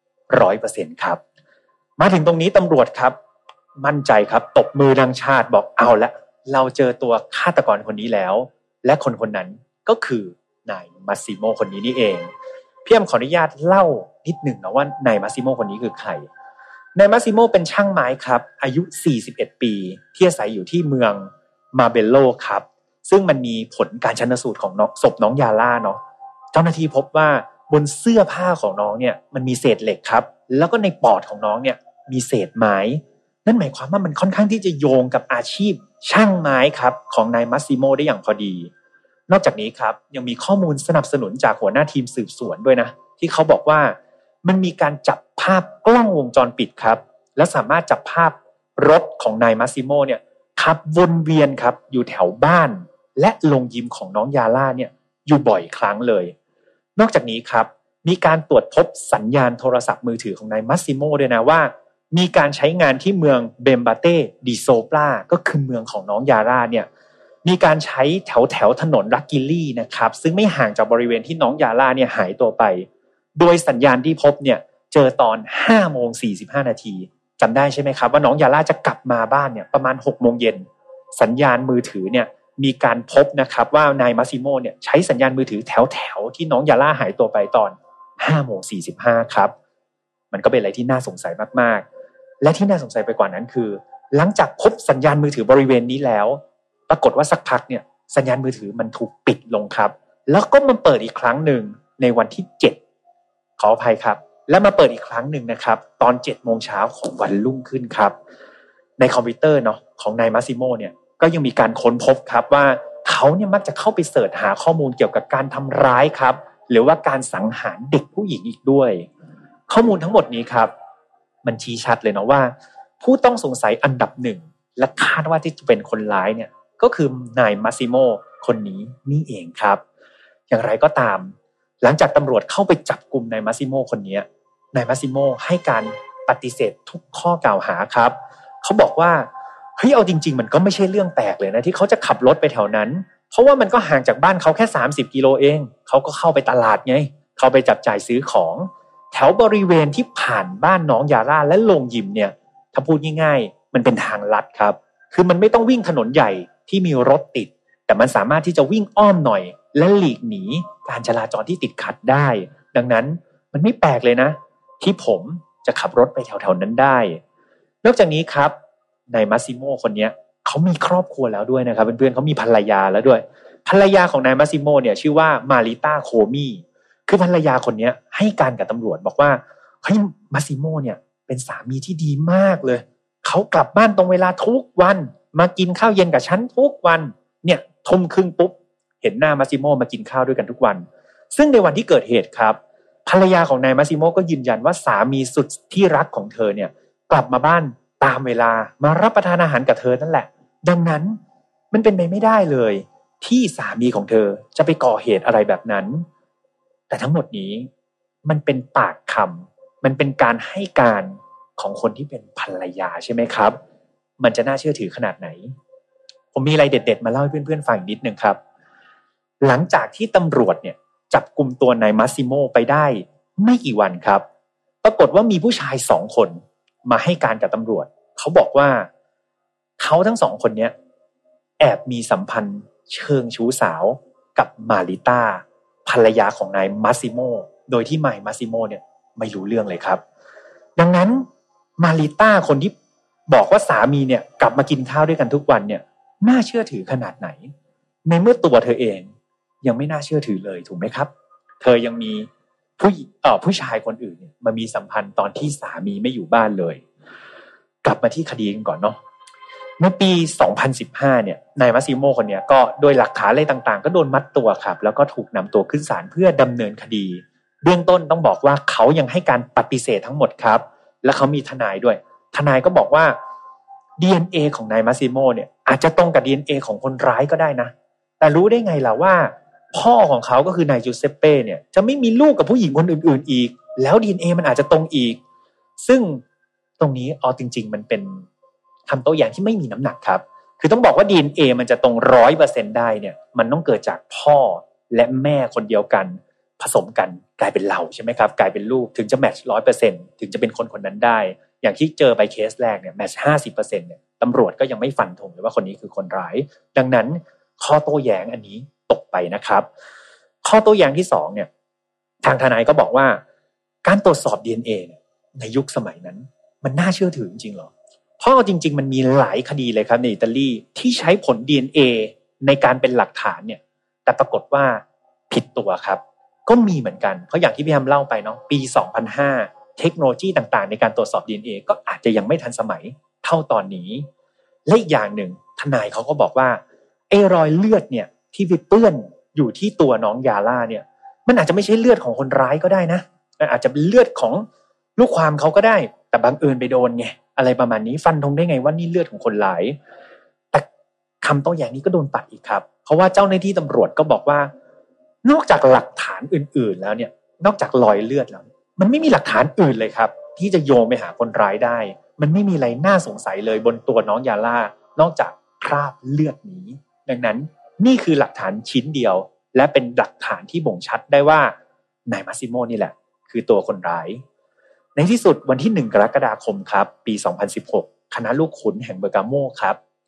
100% ครับมาถึงตรงนี้ตำรวจครับมั่นใจครับตบมือดังชาติบอกเอาละเราเจอตัวฆาตกรคนนี้แล้วและคนนั้นก็คือนายมัสซิโมคนนี้นี่เองพี่แอมขออนุญาตเล่านิดหนึ่งนะว่านายมัสซิโมคนนี้คือใครนายมัสซิโมเป็นช่างไม้ครับอายุ41ปีที่อาศัยอยู่ที่เมืองมาเบโลครับซึ่งมันมีผลการชันสูตรของศพน้องยาล่าเนาะเจ้าหน้าที่พบว่าบนเสื้อผ้าของน้องเนี่ยมันมีเศษเหล็กครับแล้วก็ในปอดของน้องเนี่ยมีเศษไม้นั่นหมายความว่ามันค่อนข้างที่จะโยงกับอาชีพช่างไม้ครับของนายมัสซิโมได้อย่างพอดีนอกจากนี้ครับยังมีข้อมูลสนับสนุนจากหัวหน้าทีมสืบสวนด้วยนะที่เขาบอกว่ามันมีการจับภาพกล้องวงจรปิดครับและสามารถจับภาพรถของนายมัสซิโมเนี่ยขับวนเวียนครับอยู่แถวบ้านและโรงยิมของน้องยาล่าเนี่ยอยู่บ่อยครั้งเลยนอกจากนี้ครับมีการตรวจพบสัญญาณโทรศัพท์มือถือของนายมัสซิโมด้วยนะว่ามีการใช้งานที่เมืองเบมบาเต้ดิโซปลาก็คือเมืองของน้องยาล่าเนี่ยมีการใช้แถวถนนรักกิลี่นะครับซึ่งไม่ห่างจากบริเวณที่น้องยาล่าเนี่ยหายตัวไปโดยสัญญาณที่พบเนี่ยเจอตอน 5:45 น.จำได้ใช่ไหมครับว่าน้องยาล่าจะกลับมาบ้านเนี่ยประมาณ 6 โมงเย็นสัญญาณมือถือเนี่ยมีการพบนะครับว่านายมาซิโมเนี่ยใช้สัญญาณมือถือแถวที่น้องยาล่าหายตัวไปตอน 5:45 ครับมันก็เป็นอะไรที่น่าสงสัยมากๆและที่น่าสงสัยไปกว่านั้นคือหลังจากพบสัญญาณมือถือบริเวณนี้แล้วปรากฏว่าสักพักเนี่ยสัญญาณมือถือมันถูกปิดลงครับแล้วก็มาเปิดอีกครั้งหนึ่งในวันที่7ขออภัยครับและมาเปิดอีกครั้งหนึ่งนะครับตอน 7:00 น.ของวันรุ่งขึ้นครับในคอมพิวเตอร์เนาะของนายมาซิโมเนี่ยก็ยังมีการค้นพบครับว่าเขาเนี่ยมักจะเข้าไปเสิร์ชหาข้อมูลเกี่ยวกับการทำร้ายครับหรือว่าการสังหารเด็กผู้หญิงอีกด้วยข้อมูลทั้งหมดนี้ครับมันชี้ชัดเลยเนาะว่าผู้ต้องสงสัยอันดับหนึ่งและคาดว่าที่จะเป็นคนร้ายเนี่ยก็คือนายมาซิโมคนนี้นี่เองครับอย่างไรก็ตามหลังจากตำรวจเข้าไปจับกุมนายมาซิโมคนนี้นายมาซิโมให้การปฏิเสธทุกข้อกล่าวหาครับเขาบอกว่าเฮ้ยเอาจริงๆมันก็ไม่ใช่เรื่องแปลกเลยนะที่เขาจะขับรถไปแถวนั้นเพราะว่ามันก็ห่างจากบ้านเขาแค่30 กิโลเองเขาก็เข้าไปตลาดไงเข้าไปจับจ่ายซื้อของแถวบริเวณที่ผ่านบ้านน้องยาร่าและโรงยิมเนี่ยถ้าพูดง่ายๆมันเป็นทางลัดครับคือมันไม่ต้องวิ่งถนนใหญ่ที่มีรถติดแต่มันสามารถที่จะวิ่งอ้อมหน่อยและหลีกหนีการจราจรที่ติดขัดได้ดังนั้นมันไม่แปลกเลยนะที่ผมจะขับรถไปแถวๆนั้นได้นอกจากนี้ครับนายมาซิโมคนนี้เขามีครอบครัวแล้วด้วยนะครับเพื่อนๆเขามีภรรยาแล้วด้วยภรรยาของนายมาซิโมเนี่ยชื่อว่ามาริต้าโคมีคือภรรยาคนนี้ให้การกับตำรวจบอกว่าเฮ้ยมาซิโมเนี่ยเป็นสามีที่ดีมากเลยเขากลับบ้านตรงเวลาทุกวันมากินข้าวเย็นกับฉันทุกวันเนี่ยทุ่มครึ่งปุ๊บเห็นหน้ามาซิโมมากินข้าวด้วยกันทุกวันซึ่งในวันที่เกิดเหตุครับภรรยาของนายมาซิโมก็ยืนยันว่าสามีสุดที่รักของเธอเนี่ยกลับมาบ้านตามเวลามารับประทานอาหารกับเธอนั่นแหละดังนั้นมันเป็นไปไม่ได้เลยที่สามีของเธอจะไปก่อเหตุอะไรแบบนั้นแต่ทั้งหมดนี้มันเป็นปากคำมันเป็นการให้การของคนที่เป็นภรรยาใช่ไหมครับมันจะน่าเชื่อถือขนาดไหนผมมีอะไรเด็ดๆมาเล่าให้เพื่อนๆฟังนิดนึงครับหลังจากที่ตำรวจเนี่ยจับกุมตัวนายมาซิโมไปได้ไม่กี่วันครับปรากฏว่ามีผู้ชาย2 คนมาให้การกับตำรวจเขาบอกว่าเขาทั้ง2 คนนี้แอบมีสัมพันธ์เชิงชู้สาวกับมาริต้าภรรยาของนายมาซิโมโดยที่นายมาซิโมเนี่ยไม่รู้เรื่องเลยครับดังนั้นมาริต้าคนที่บอกว่าสามีเนี่ยกลับมากินข้าวด้วยกันทุกวันเนี่ยน่าเชื่อถือขนาดไหนในเมื่อตัวเธอเองยังไม่น่าเชื่อถือเลยถูกไหมครับเธอยังมีผู้ชายคนอื่นเนี่ยมามีสัมพันธ์ตอนที่สามีไม่อยู่บ้านเลยกลับมาที่คดีกันก่อนเนาะเมื่อปี 2015 เนี่ยนายมาซิโมคนเนี้ยก็โดยหลักฐานอะไรต่างๆก็โดนมัดตัวครับแล้วก็ถูกนำตัวขึ้นศาลเพื่อดำเนินคดีเบื้องต้นต้องบอกว่าเขายังให้การปฏิเสธทั้งหมดครับและเขามีทนายด้วยทนายก็บอกว่า DNA ของนายมาซิโมเนี่ยอาจจะตรงกับ DNA ของคนร้ายก็ได้นะแต่รู้ได้ไงล่ะว่าพ่อของเขาก็คือนายจูเซปเป้เนี่ยจะไม่มีลูกกับผู้หญิงคนอื่นๆอีกแล้ว DNA มันอาจจะตรงอีกซึ่งตรงนี้จริงๆมันเป็นคำโต้แย้งที่ไม่มีน้ำหนักครับคือต้องบอกว่า DNA มันจะตรง 100% ได้เนี่ยมันต้องเกิดจากพ่อและแม่คนเดียวกันผสมกันกลายเป็นเราใช่ไหมครับกลายเป็นลูกถึงจะแมทช์ 100% ถึงจะเป็นคนนั้นได้อย่างที่เจอไปเคสแรกเนี่ยแมทช์ 50% เนี่ยตำรวจก็ยังไม่ฟันธงเลยว่าคนนี้คือคนร้ายดังนั้นข้อโต้แย้งอันนี้ตกไปนะครับข้อโต้แย้งที่2เนี่ยทางทนายก็บอกว่าการตรวจสอบ DNA เนี่ยในยุคสมัยนั้นมันน่าเชื่อถือจริงๆหรอเพราะจริงๆมันมีหลายคดีเลยครับในอิตาลีที่ใช้ผล DNA ในการเป็นหลักฐานเนี่ยแต่ปรากฏว่าผิดตัวครับก็มีเหมือนกันเพราะอย่างที่พี่แฮมเล่าไปเนาะปี 2005 เทคโนโลยีต่างๆในการตรวจสอบ DNA ก็อาจจะยังไม่ทันสมัยเท่าตอนนี้และอีกอย่างหนึ่งทนายเขาก็บอกว่าไอ้รอยเลือดเนี่ยที่ไปเปื้อนอยู่ที่ตัวน้องยาล่าเนี่ยมันอาจจะไม่ใช่เลือดของคนร้ายก็ได้นะมันอาจจะเป็นเลือดของลูกความเขาก็ได้แต่บังเอิญไปโดนไงอะไรประมาณนี้ฟันธงได้ไงว่านี่เลือดของคนร้ายแต่คำโต้แย้งนี้ก็โดนปัดอีกครับเพราะว่าเจ้าหน้าที่ตำรวจก็บอกว่านอกจากหลักฐานอื่นๆแล้วเนี่ยนอกจากรอยเลือดแล้วมันไม่มีหลักฐานอื่นเลยครับที่จะโยงไปหาคนร้ายได้มันไม่มีอะไรน่าสงสัยเลยบนตัวน้องยาล่านอกจากคราบเลือดนี้ดังนั้นนี่คือหลักฐานชิ้นเดียวและเป็นหลักฐานที่บ่งชัดได้ว่านายมาซิโมนี่แหละคือตัวคนร้ายในที่สุดวันที่1 กรกฎาคมครับปี 2016 คณะลูกขุนแห่งเบอร์กาโมครับ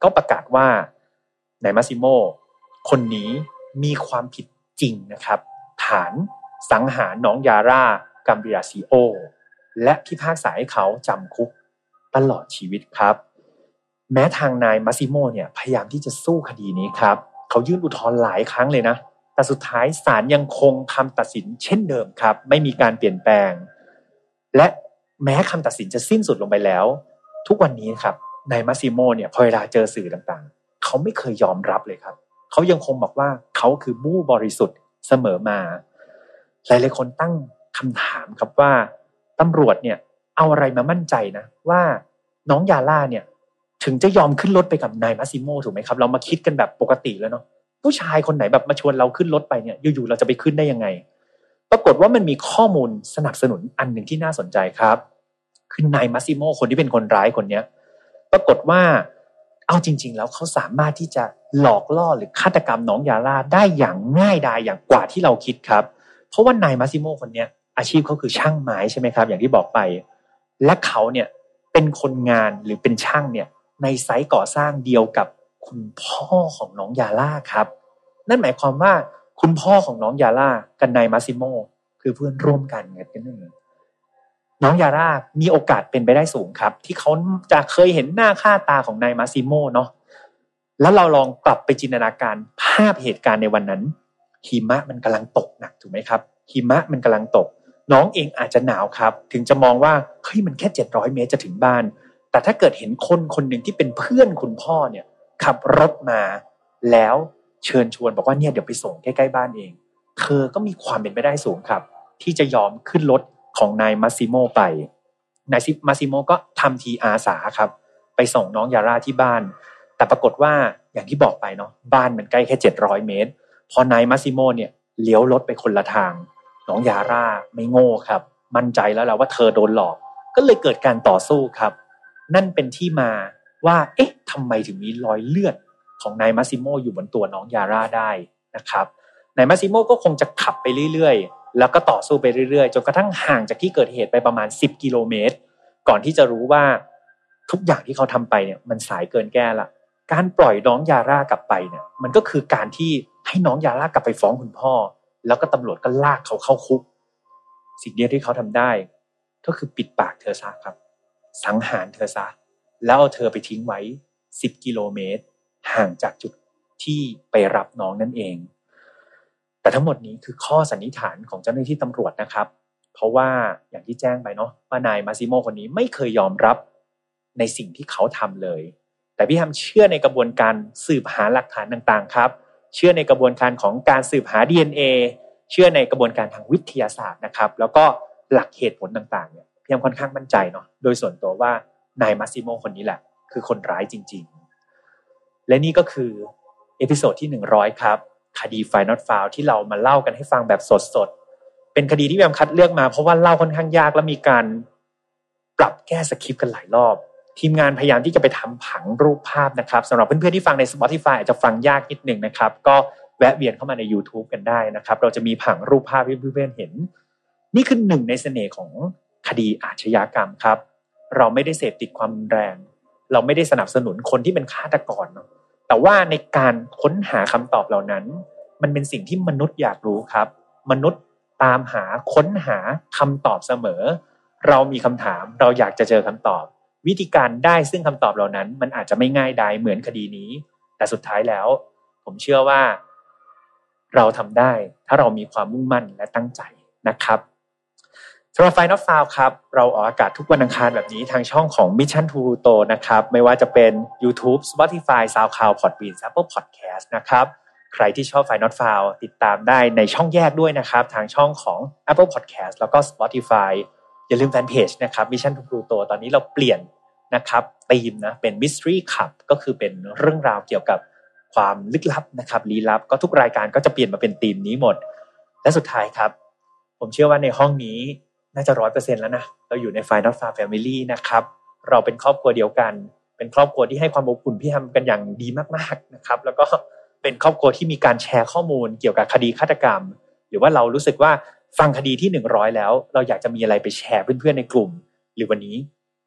ก็ประกาศว่านายมาซิโมคนนี้มีความผิดจริงนะครับฐานสังหารน้องยาร่ากัมเบียซิโอและพิพากษาให้เขาจำคุกตลอดชีวิตครับแม้ทางนายมาซิโมเนี่ยพยายามที่จะสู้คดีนี้ครับเขายื่นอุทธรณ์หลายครั้งเลยนะแต่สุดท้ายศาลยังคงคำตัดสินเช่นเดิมครับไม่มีการเปลี่ยนแปลงและแม้คำตัดสินจะสิ้นสุดลงไปแล้วทุกวันนี้ครับนายมาซิโมเนี่ยพอเวลาเจอสื่อต่างๆเขาไม่เคยยอมรับเลยครับเขายังคงบอกว่าเขาคือผู้บริสุทธิ์เสมอมาหลายๆคนตั้งคำถามครับว่าตำรวจเนี่ยเอาอะไรมามั่นใจนะว่าน้องยาล่าเนี่ยถึงจะยอมขึ้นรถไปกับนายมาซิโมถูกไหมครับเรามาคิดกันแบบปกติแล้วเนาะผู้ชายคนไหนแบบมาชวนเราขึ้นรถไปเนี่ยอยู่ๆเราจะไปขึ้นได้ยังไงปรากฏว่ามันมีข้อมูลสนับสนุนอันหนึ่งที่น่าสนใจครับคือนายมาซิโมคนที่เป็นคนร้ายคนเนี้ยปรากฏว่าเอาจริงๆแล้วเขาสามารถที่จะหลอกล่อหรือฆาตกรรมน้องยาล่าได้อย่างง่ายดายอย่างกว่าที่เราคิดครับเพราะว่านายมาซิโมคนเนี้ยอาชีพเขาคือช่างไม้ใช่ไหมครับอย่างที่บอกไปและเขาเนี่ยเป็นคนงานหรือเป็นช่างเนี่ยในไซต์ก่อสร้างเดียวกับคุณพ่อของน้องยาล่าครับนั่นหมายความว่าคุณพ่อของน้องยาล่ากับนายมาซิโมคือเพื่อนร่วมกันกันนั่นเองน้องยาล่ามีโอกาสเป็นไปได้สูงครับที่เขาจะเคยเห็นหน้าค่าตาของนายมาซิโมเนาะแล้วเราลองกลับไปจินตนาการภาพเหตุการณ์ในวันนั้นหิมะมันกำลังตกหนักถูกไหมครับหิมะมันกำลังตกน้องเองอาจจะหนาวครับถึงจะมองว่าเฮ้ยมันแค่700 เมตรจะถึงบ้านแต่ถ้าเกิดเห็นคนคนหนึ่งที่เป็นเพื่อนคุณพ่อเนี่ยขับรถมาแล้วเชิญชวนบอกว่าเนี่ยเดี๋ยวไปส่งใกล้ๆบ้านเองเธอก็มีความเป็นไปได้สูงครับที่จะยอมขึ้นรถของนายมาซิโมไปนายมาซิโมก็ทำทีอาสาครับไปส่งน้องยาร่าที่บ้านแต่ปรากฏว่าอย่างที่บอกไปเนาะบ้านมันใกล้แค่700 เมตรพอนายมาซิโมเนี่ยเลี้ยวรถไปคนละทางน้องยาร่าไม่โง่ครับมั่นใจแล้วแหละว่าเธอโดนหลอกก็เลยเกิดการต่อสู้ครับนั่นเป็นที่มาว่าเอ๊ะทำไมถึงมีรอยเลือดของนายมาซิโมอยู่บนตัวน้องยาร่าได้นะครับนายมาซิโมก็คงจะขับไปเรื่อยๆแล้วก็ต่อสู้ไปเรื่อยๆจนกระทั่งห่างจากที่เกิดเหตุไปประมาณ10 กิโลเมตรก่อนที่จะรู้ว่าทุกอย่างที่เขาทำไปเนี่ยมันสายเกินแก้ละการปล่อยน้องยาร่ากลับไปเนี่ยมันก็คือการที่ให้น้องยาร่ากลับไปฟ้องคุณพ่อแล้วก็ตำรวจก็ลากเขาเข้าคุกสิ่งเดียวที่เขาทำได้ก็คือปิดปากเธอซะครับสังหารเธอซะแล้วเอาเธอไปทิ้งไว้10 กิโลเมตรห่างจากจุดที่ไปรับน้องนั่นเองแต่ทั้งหมดนี้คือข้อสันนิษฐานของเจ้าหน้าที่ตำรวจนะครับเพราะว่าอย่างที่แจ้งไปเนาะว่านายมาซิโมคนนี้ไม่เคยยอมรับในสิ่งที่เขาทำเลยแต่พี่ฮัมเชื่อในกระบวนการสืบหาหลักฐานต่างๆครับเชื่อในกระบวนการของการสืบหา DNA เชื่อในกระบวนการทางวิทยาศาสตร์นะครับแล้วก็หลักเหตุผลต่างๆเนี่ยพี่ฮัมค่อนข้างมั่นใจเนาะโดยส่วนตัวว่านายมาซิโมคนนี้แหละคือคนร้ายจริงๆและนี่ก็คือเอพิโซดที่100ครับคดี File Not Found ที่เรามาเล่ากันให้ฟังแบบสดๆเป็นคดีที่พี่ฮัมคัดเลือกมาเพราะว่าเล่าค่อนข้างยากและมีการปรับแก้สคริปต์กันหลายรอบทีมงานพยายามที่จะไปทำผังรูปภาพนะครับสำหรับเพื่อนๆที่ฟังใน Spotify อาจจะฟังยากนิดนึงนะครับก็แวะเวียนเข้ามาใน YouTube กันได้นะครับเราจะมีผังรูปภาพให้เพื่อนๆเห็นนี่คือหนึ่งในเสน่ห์ของคดีอาชญากรรมครับเราไม่ได้เสพติดความรุนแรงเราไม่ได้สนับสนุนคนที่เป็นฆาตกรเนาะแต่ว่าในการค้นหาคำตอบเหล่านั้นมันเป็นสิ่งที่มนุษย์อยากรู้ครับมนุษย์ตามหาค้นหาคำตอบเสมอเรามีคำถามเราอยากจะเจอคำตอบวิธีการได้ซึ่งคำตอบเหล่านั้นมันอาจจะไม่ง่ายดายเหมือนคดีนี้แต่สุดท้ายแล้วผมเชื่อว่าเราทำได้ถ้าเรามีความมุ่งมั่นและตั้งใจนะครับสำหรับ File Not Found ครับเราออกอากาศทุกวันอังคารแบบนี้ทางช่องของ Mission to Pluto นะครับไม่ว่าจะเป็น YouTube Spotify SoundCloud Podbean Apple Podcast นะครับใครที่ชอบ File Not Found ติดตามได้ในช่องแยกด้วยนะครับทางช่องของ Apple Podcast แล้วก็ Spotifyอย่าลืมแฟนเพจนะครับ Mission to Pluto ตอนนี้เราเปลี่ยนนะครับธีมนะเป็น Mystery Club ก็คือเป็นเรื่องราวเกี่ยวกับความลึกลับนะครับลี้ลับก็ทุกรายการก็จะเปลี่ยนมาเป็นธีมนี้หมดและสุดท้ายครับผมเชื่อว่าในห้องนี้น่าจะ 100% แล้วนะเราอยู่ใน File Not Found Family นะครับเราเป็นครอบครัวเดียวกันเป็นครอบครัวที่ให้ความอบอุ่นพี่ฮัมกันอย่างดีมากๆนะครับแล้วก็เป็นครอบครัวที่มีการแชร์ข้อมูลเกี่ยวกับคดีฆาตกรรมหรือว่าเรารู้สึกว่าฟังคดีที่100แล้วเราอยากจะมีอะไรไปแชร์เพื่อนๆในกลุ่มหรือวันนี้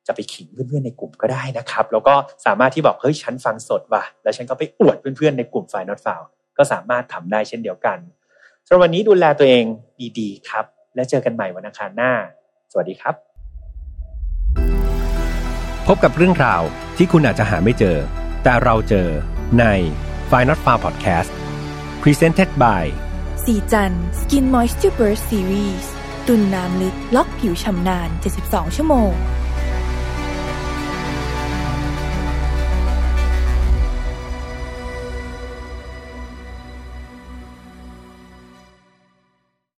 จะไปขิงเพื่อนๆในกลุ่มก็ได้นะครับแล้วก็สามารถที่บอกเฮ้ยฉันฟังสดว่ะแล้วฉันก็ไปอวดเพื่อนๆในกลุ่ม File Not Found ก็สามารถทำได้เช่นเดียวกันสำหรับวันนี้ดูแลตัวเองดีๆครับและเจอกันใหม่วันอังคารหน้าสวัสดีครับพบกับเรื่องราวที่คุณอาจจะหาไม่เจอแต่เราเจอใน File Not Found Podcast Presented by สีจัน Skin Moisture Burst Series ตุ่นน้ำลึกล็อกผิวชำนาน72 ชั่วโมง